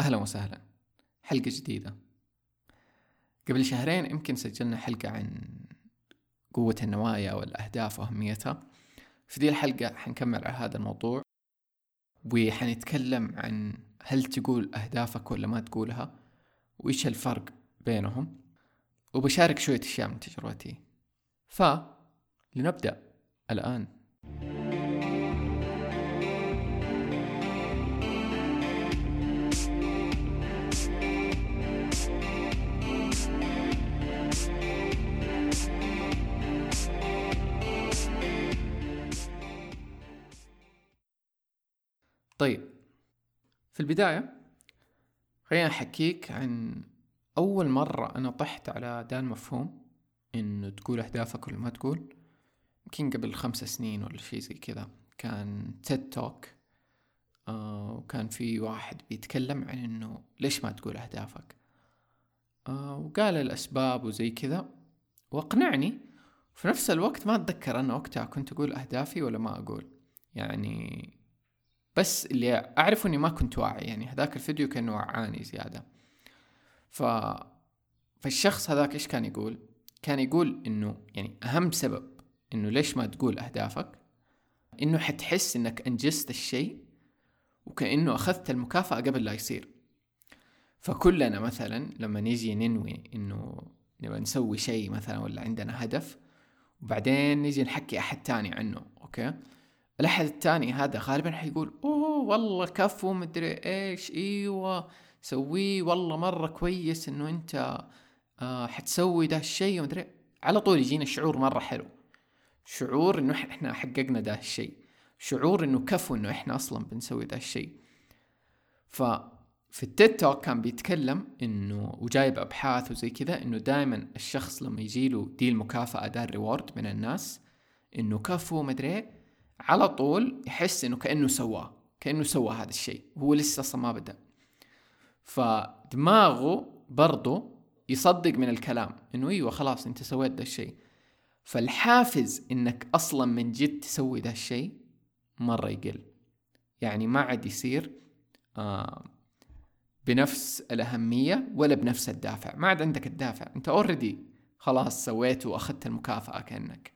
أهلا وسهلا، حلقة جديدة. قبل شهرين يمكن سجلنا حلقة عن قوة النوايا والأهداف وأهميتها. في دي الحلقة حنكمل على هذا الموضوع، وحنتكلم عن هل تقول أهدافك ولا ما تقولها، وإيش الفرق بينهم، وبشارك شوية أشياء من تجربتي. فلنبدأ الآن. طيب، في البداية خلينا أحكيك عن أول مرة أنا طحت على دا المفهوم إنه تقول أهدافك ولا ما تقول. يمكن قبل 5 سنين ولا شيء زي كذا، كان تيد توك، وكان في واحد بيتكلم عن إنه ليش ما تقول أهدافك، وقال الأسباب وزي كذا، وأقنعني. في نفس الوقت ما أتذكر أنا وقتها كنت أقول أهدافي ولا ما أقول، يعني بس اللي أعرف أني ما كنت واعي. يعني هذاك الفيديو كان وعاني زيادة. فالشخص هذاك إيش كان يقول؟ كان يقول إنه يعني أهم سبب إنه ليش ما تقول أهدافك إنه حتحس إنك أنجزت الشيء وكأنه أخذت المكافأة قبل لا يصير. فكلنا مثلا لما نيجي ننوي إنه نبغى نسوي شيء مثلا، ولا عندنا هدف، وبعدين نيجي نحكي أحد تاني عنه، أوكي، الأحد التاني هذا غالبا حيقول أوه والله كفو مدري إيش، إيوه سويه، والله مرة كويس إنه أنت حتسوي ده الشيء ومدري. على طول يجينا شعور مرة حلو، شعور إنه إحنا حققنا ده الشيء، شعور إنه كفو إنه إحنا أصلا بنسوي ده الشيء. ففي التيد توك كان بيتكلم إنه وجايب أبحاث وزي كذا، إنه دائما الشخص لما يجيله دي المكافأة، ده الريورد من الناس، إنه كفو مدري، على طول يحس إنه كأنه سوى هذا الشيء وهو لسه أصلا ما بدأ. فدماغه برضو يصدق من الكلام إنه أيوة خلاص أنت سويت ده الشيء. فالحافز إنك أصلا من جد تسوي ده الشيء مرة يقل، يعني ما عاد يصير بنفس الأهمية ولا بنفس الدافع. ما عاد عندك الدافع، أنت already خلاص سويته وأخذت المكافأة كأنك.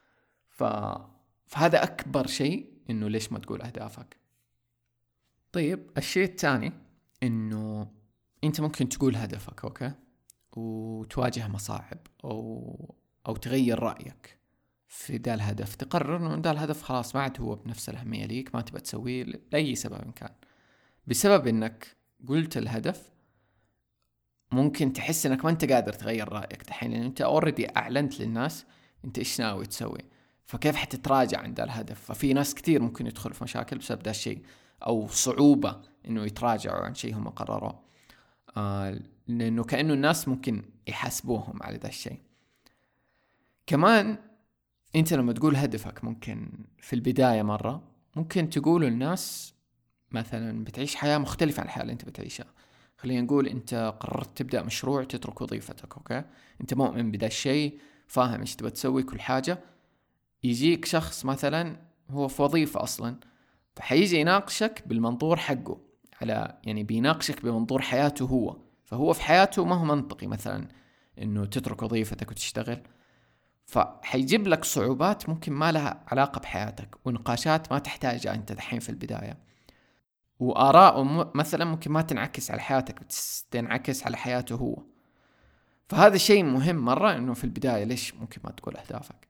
فهذا أكبر شيء إنه ليش ما تقول أهدافك. طيب، الشيء الثاني إنه أنت ممكن تقول هدفك، أوكي، وتواجه مصاعب أو تغير رأيك في ذا الهدف، تقرر إنه ذا الهدف خلاص ما عاد هو بنفس الأهمية ليك، ما تبغى تسويه لأي سبب كان. بسبب إنك قلت الهدف ممكن تحس إنك ما أنت قادر تغير رأيك دحين، لأن أنت already أعلنت للناس أنت إيش ناوي تسوي، فكيف حتتراجع عن ذا الهدف؟ ففي ناس كتير ممكن يدخل في مشاكل بسبب ذا الشيء، أو صعوبة إنه يتراجعوا عن شيء هم قرروه، لأنه كأنه الناس ممكن يحاسبوهم على ذا الشيء. كمان أنت لما تقول هدفك ممكن في البداية مرة ممكن تقول للناس مثلا بتعيش حياة مختلفة عن الحياة اللي أنت بتعيشها. خلينا نقول أنت قررت تبدأ مشروع تترك وظيفتك، أوكي، أنت مؤمن بدا الشيء، فاهم إيش تبغى تسوي كل حاجة. يجيك شخص مثلا هو في وظيفة أصلا، فحيجي يناقشك بالمنظور حقه، يعني بيناقشك بمنظور حياته هو، فهو في حياته ما هو منطقي مثلا إنه تترك وظيفتك وتشتغل، فحيجيب لك صعوبات ممكن ما لها علاقة بحياتك، ونقاشات ما تحتاجها أنت دحين في البداية، وآراءه مثلا ممكن ما تنعكس على حياتك، تنعكس على حياته هو. فهذا شيء مهم مرة إنه في البداية ليش ممكن ما تقول أهدافك.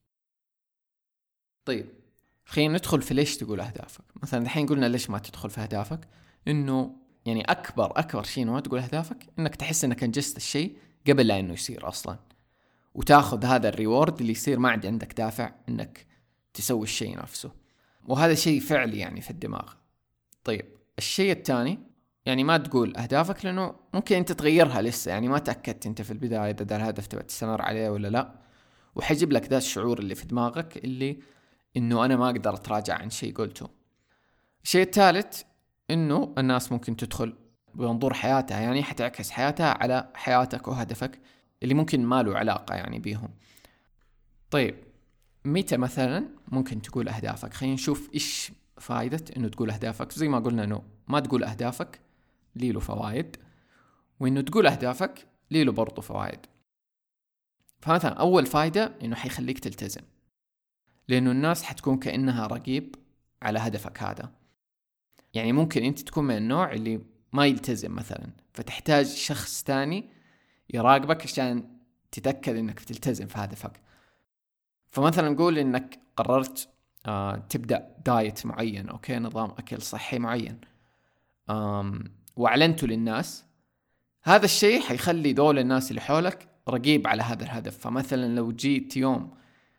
طيب، خلينا ندخل في ليش تقول أهدافك. مثلا الحين قلنا ليش ما تدخل في أهدافك، إنه يعني أكبر شيء إنه ما تقول أهدافك إنك تحس إنك أنجزت الشيء قبل لا إنه يصير أصلا، وتاخذ هذا الريورد اللي يصير ما عاد عندك دافع إنك تسوي الشيء نفسه، وهذا شيء فعلي يعني في الدماغ. طيب، الشيء الثاني يعني ما تقول أهدافك لأنه ممكن أنت تغيرها لسه، يعني ما تأكدت أنت في البداية إذا الهدف تبغى تستمر عليه ولا لا، وحيجيب لك ذا الشعور اللي في دماغك اللي إنه أنا ما أقدر أتراجع عن شيء قلته. الشيء الثالث إنه الناس ممكن تدخل بمنظور حياتها، يعني حتعكس حياتها على حياتك وهدفك اللي ممكن ما له علاقة يعني بيهم. طيب، متى مثلا ممكن تقول أهدافك؟ خلينا نشوف إيش فائدة إنه تقول أهدافك. زي ما قلنا إنه ما تقول أهدافك له فوائد، وإنه تقول أهدافك له برضو فوائد. فمثلا أول فايدة إنه حيخليك تلتزم، لأنه الناس حتكون كأنها رقيب على هدفك هذا. يعني ممكن أنت تكون من النوع اللي ما يلتزم مثلا، فتحتاج شخص تاني يراقبك عشان تتأكد إنك بتلتزم في هدفك. فمثلا نقول إنك قررت تبدأ دايت معين، أوكي، نظام أكل صحي معين، وأعلنته للناس. هذا الشيء حيخلي دول الناس اللي حولك رقيب على هذا الهدف. فمثلا لو جيت يوم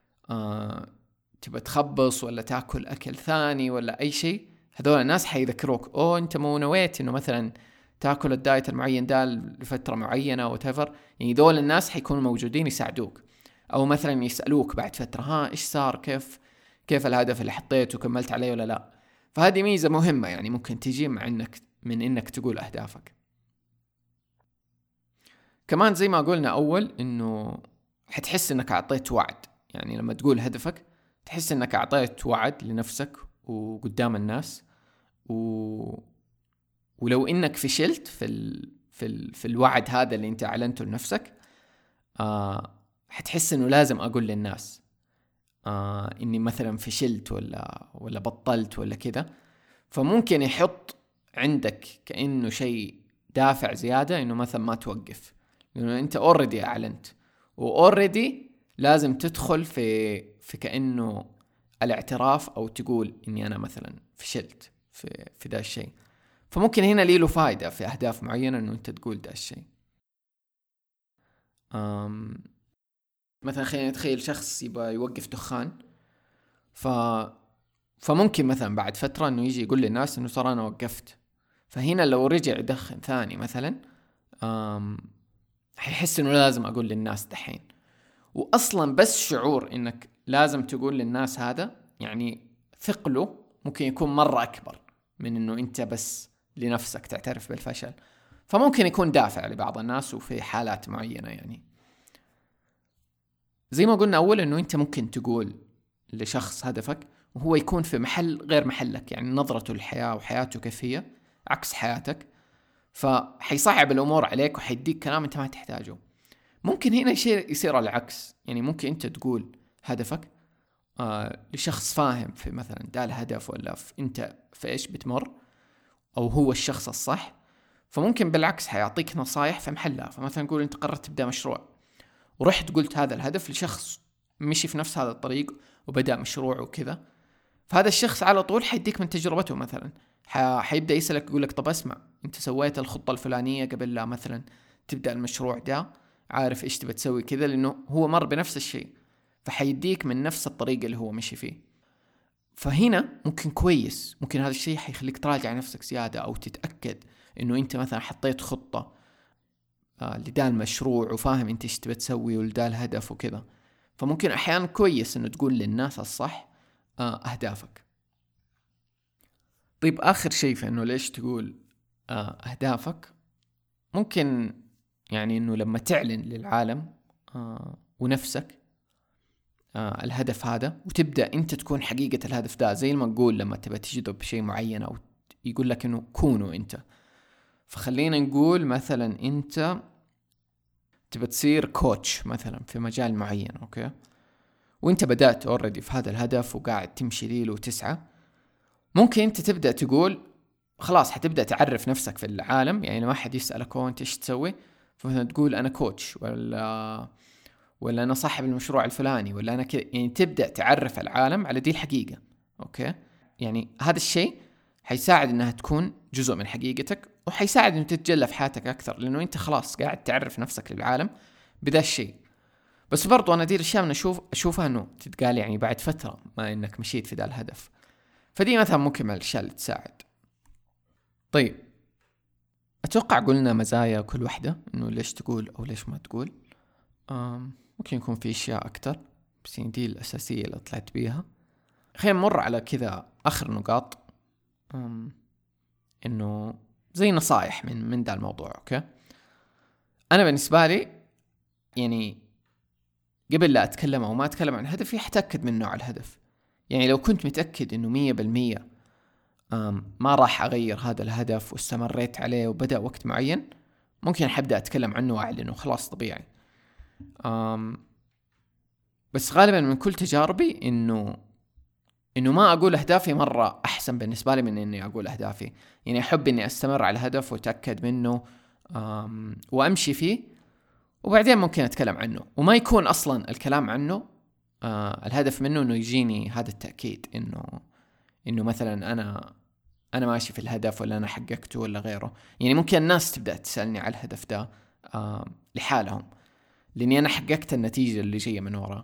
تبى تخبص ولا تاكل أكل ثاني ولا أي شيء، هذول الناس حيذكروك، أنت مو نويت إنه مثلا تاكل الدايت المعين ده لفترة معينة whatever. يعني دول الناس حيكونوا موجودين يساعدوك، أو مثلا يسألوك بعد فترة إيش صار، كيف الهدف اللي حطيته، كملت عليه ولا لا. فهذه ميزة مهمة يعني ممكن تجي من إنك تقول أهدافك. كمان زي ما قلنا أول إنه حتحس إنك أعطيت وعد. يعني لما تقول هدفك تحس إنك أعطيت وعد لنفسك وقدام الناس، ولو إنك فشلت في الوعد هذا اللي أنت أعلنته لنفسك، حتحس إنه لازم أقول للناس إني مثلا فشلت ولا بطلت ولا كذا. فممكن يحط عندك كأنه شيء دافع زيادة إنه مثلا ما توقف، لأنه أنت already أعلنت، already لازم تدخل في كأنه الاعتراف، أو تقول إني أنا مثلا فشلت في ده الشيء. فممكن هنا له فائدة في أهداف معينة إنه أنت تقول ده الشيء. مثلا خلينا نتخيل شخص يبغى يوقف دخان، فممكن مثلا بعد فترة إنه يجي يقول للناس إنه صار أنا وقفت. فهنا لو رجع يدخن ثاني مثلا، حيحس إنه لازم أقول للناس دحين. وأصلا بس شعور إنك لازم تقول للناس هذا يعني ثقله ممكن يكون مرة أكبر من إنه أنت بس لنفسك تعترف بالفشل. فممكن يكون دافع لبعض الناس وفي حالات معينة. يعني زي ما قلنا أول إنه أنت ممكن تقول لشخص هدفك وهو يكون في محل غير محلك، يعني نظرته للحياة وحياته كيف هي عكس حياتك، فحيصعب الأمور عليك وحيديك كلام أنت ما تحتاجه. ممكن هنا يصير العكس، يعني ممكن أنت تقول هدفك لشخص فاهم في مثلا ده الهدف، ولا أنت في إيش بتمر، أو هو الشخص الصح. فممكن بالعكس حيعطيك نصايح في محلها. فمثلا نقول أنت قررت تبدأ مشروع ورحت قلت هذا الهدف لشخص مشي في نفس هذا الطريق وبدأ مشروع وكذا، فهذا الشخص على طول حيديك من تجربته. مثلا حيبدأ يسألك يقول لك طب اسمع، انت سويت الخطة الفلانية قبل لا مثلا تبدأ المشروع ده، عارف ايش تبى تسوي كذا، لانه هو مر بنفس الشيء، فحيديك من نفس الطريق اللي هو مشي فيه. فهنا ممكن كويس، ممكن هذا الشيء حيخليك تراجع نفسك زيادة، او تتأكد انه انت مثلا حطيت خطة لدا المشروع وفاهم انت ايش تبى تسوي ولدا الهدف وكذا. فممكن احيانا كويس انه تقول للناس الصح اهدافك. طيب آخر شيء في انه ليش تقول اهدافك، ممكن يعني انه لما تعلن للعالم ونفسك الهدف هذا، وتبدأ انت تكون حقيقة الهدف ده. زي ما نقول لما تبى تجذب شيء معين او يقول لك انه كونوا انت. فخلينا نقول مثلا انت تبى تصير كوتش مثلا في مجال معين، اوكي، وانت بدأت already في هذا الهدف وقاعد تمشي ليله وتسعى. ممكن انت تبدأ تقول خلاص حتبدأ تعرف نفسك في العالم، يعني ما حد يسألك انت ايش تسوي، فمثلا تقول انا كوتش، ولا انا صاحب المشروع الفلاني، ولا انا كذا. يعني تبدأ تعرف العالم على دي الحقيقة، اوكي. يعني هذا الشيء حيساعد انها تكون جزء من حقيقتك، وحيساعد انه تتجلى في حياتك اكثر، لانه انت خلاص قاعد تعرف نفسك للعالم بذا الشيء. بس برضو انا دي الاشياء من اشوفها انه تتقال يعني بعد فترة ما انك مشيت في ذا الهدف. فدي مثلا ممكن من الاشياء اللي تساعد. طيب اتوقع قلنا مزايا كل واحدة، انه ليش تقول او ليش ما تقول. ممكن يكون في اشياء اكتر، بس يعني دي الاساسية اللي طلعت بيها. خلينا نمر على كذا اخر نقاط، انه زي نصايح من ده الموضوع. اوكي، انا بالنسبة لي يعني قبل لا اتكلم او ما اتكلم عن هدفي حتأكد من نوع الهدف. يعني لو كنت متأكد انه 100% ما راح أغير هذا الهدف واستمريت عليه وبدأ وقت معين، ممكن حبدأ أتكلم عنه وأعلنه، خلاص طبيعي. بس غالبا من كل تجاربي إنه ما أقول أهدافي مرة أحسن بالنسبة لي من إني أقول أهدافي. يعني أحب إني أستمر على الهدف وأتأكد منه وأمشي فيه، وبعدين ممكن أتكلم عنه، وما يكون أصلا الكلام عنه الهدف منه إنه يجيني هذا التأكيد إنه مثلا أنا ماشي في الهدف، ولا أنا حققته ولا غيره. يعني ممكن الناس تبدأ تسألني على الهدف ده لحالهم، لأني أنا حققت النتيجة اللي جاية من وراه.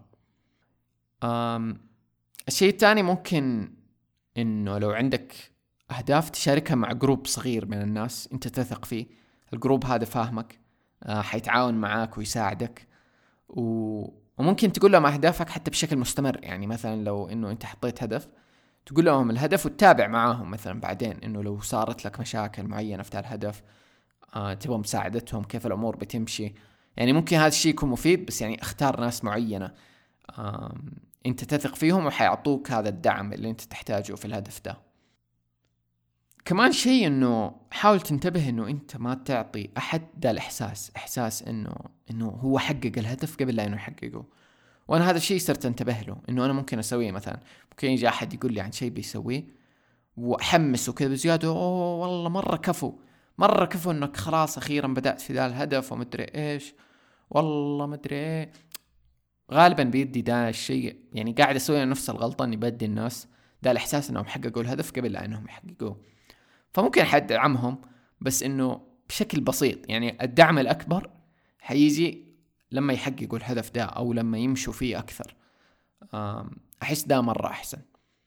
الشيء الثاني ممكن إنه لو عندك أهداف تشاركها مع جروب صغير من الناس أنت تثق فيه. الجروب هذا فاهمك، حيتعاون معاك ويساعدك، وممكن تقول لهم أهدافك حتى بشكل مستمر. يعني مثلا لو إنه أنت حطيت هدف، تقول لهم الهدف وتتابع معاهم مثلا بعدين، إنه لو صارت لك مشاكل معينة في الهدف تبغى مساعدتهم، كيف الأمور بتمشي. يعني ممكن هذا الشيء يكون مفيد، بس يعني اختار ناس معينة أنت تثق فيهم وحيعطوك هذا الدعم اللي أنت تحتاجه في الهدف ده. كمان شيء إنه حاول تنتبه إنه أنت ما تعطي أحد ده إحساس إنه هو حقق الهدف قبل لا إنه يحققه. وأنا هذا الشيء صرت انتبه له، إنه أنا ممكن أسويه. مثلا ممكن يجي أحد يقول لي عن شيء بيسويه وأحمسه كذا بزيادة، أوه والله مرة كفو إنك خلاص أخيرا بدأت في ذا الهدف ومدري إيش، والله مدري إيه. غالبا بيدي ده الشيء، يعني قاعد أسوي نفس الغلطة، إني بدي الناس ده الإحساس إنهم حققوا الهدف قبل لا إنهم يحققوه. فممكن أدعمهم، بس إنه بشكل بسيط. يعني الدعم الأكبر حيجي لما يحققوا الهدف ده أو لما يمشوا فيه أكثر. أحس ده مرة أحسن.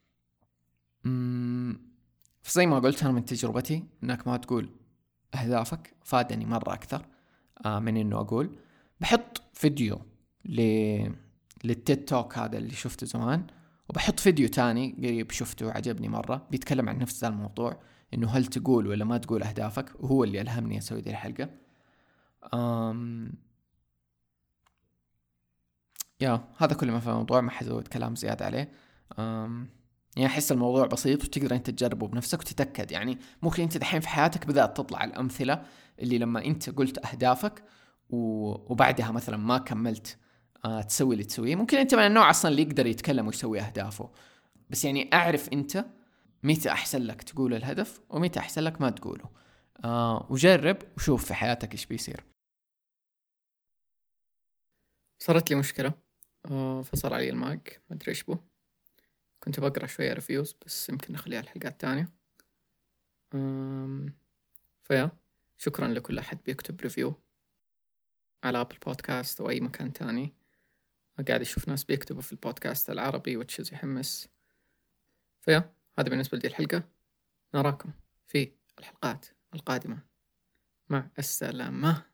فزي ما قلت أنا من تجربتي، إنك ما تقول أهدافك فادني مرة أكثر من إنه أقول. بحط فيديو للتيد توك هذا اللي شفته زمان، وبحط فيديو تاني قريب شفته عجبني مرة بيتكلم عن نفس الموضوع، إنه هل تقول ولا ما تقول أهدافك، وهو اللي ألهمني أسوي دي الحلقة. هذا كل ما في الموضوع، ما حزود كلام زيادة عليه. يعني أحس الموضوع بسيط وتقدر أنت تجربه بنفسك وتتأكد. يعني ممكن أنت دحين في حياتك بدأت تطلع الأمثلة اللي لما أنت قلت أهدافك وبعدها مثلا ما كملت تسوي اللي تسويه. ممكن أنت من النوع أصلا اللي يقدر يتكلم ويسوي أهدافه، بس يعني أعرف أنت متى أحسن لك تقول الهدف ومتى أحسن لك ما تقوله. وجرب وشوف في حياتك إيش بيصير. صارت لي مشكلة، فصل علي المايك، ما أدري إيش بو. كنت بقرأ شوية ريفيوز، بس يمكن نخليها الحلقات الثانية. فيا شكرا لكل أحد بيكتب ريفيو على أبل بودكاست أو أي مكان تاني. قاعد أشوف ناس بيكتبوا في البودكاست العربي وتشيز يحمس. فيا هذا بالنسبة لدي الحلقة. نراكم في الحلقات القادمة. مع السلامة.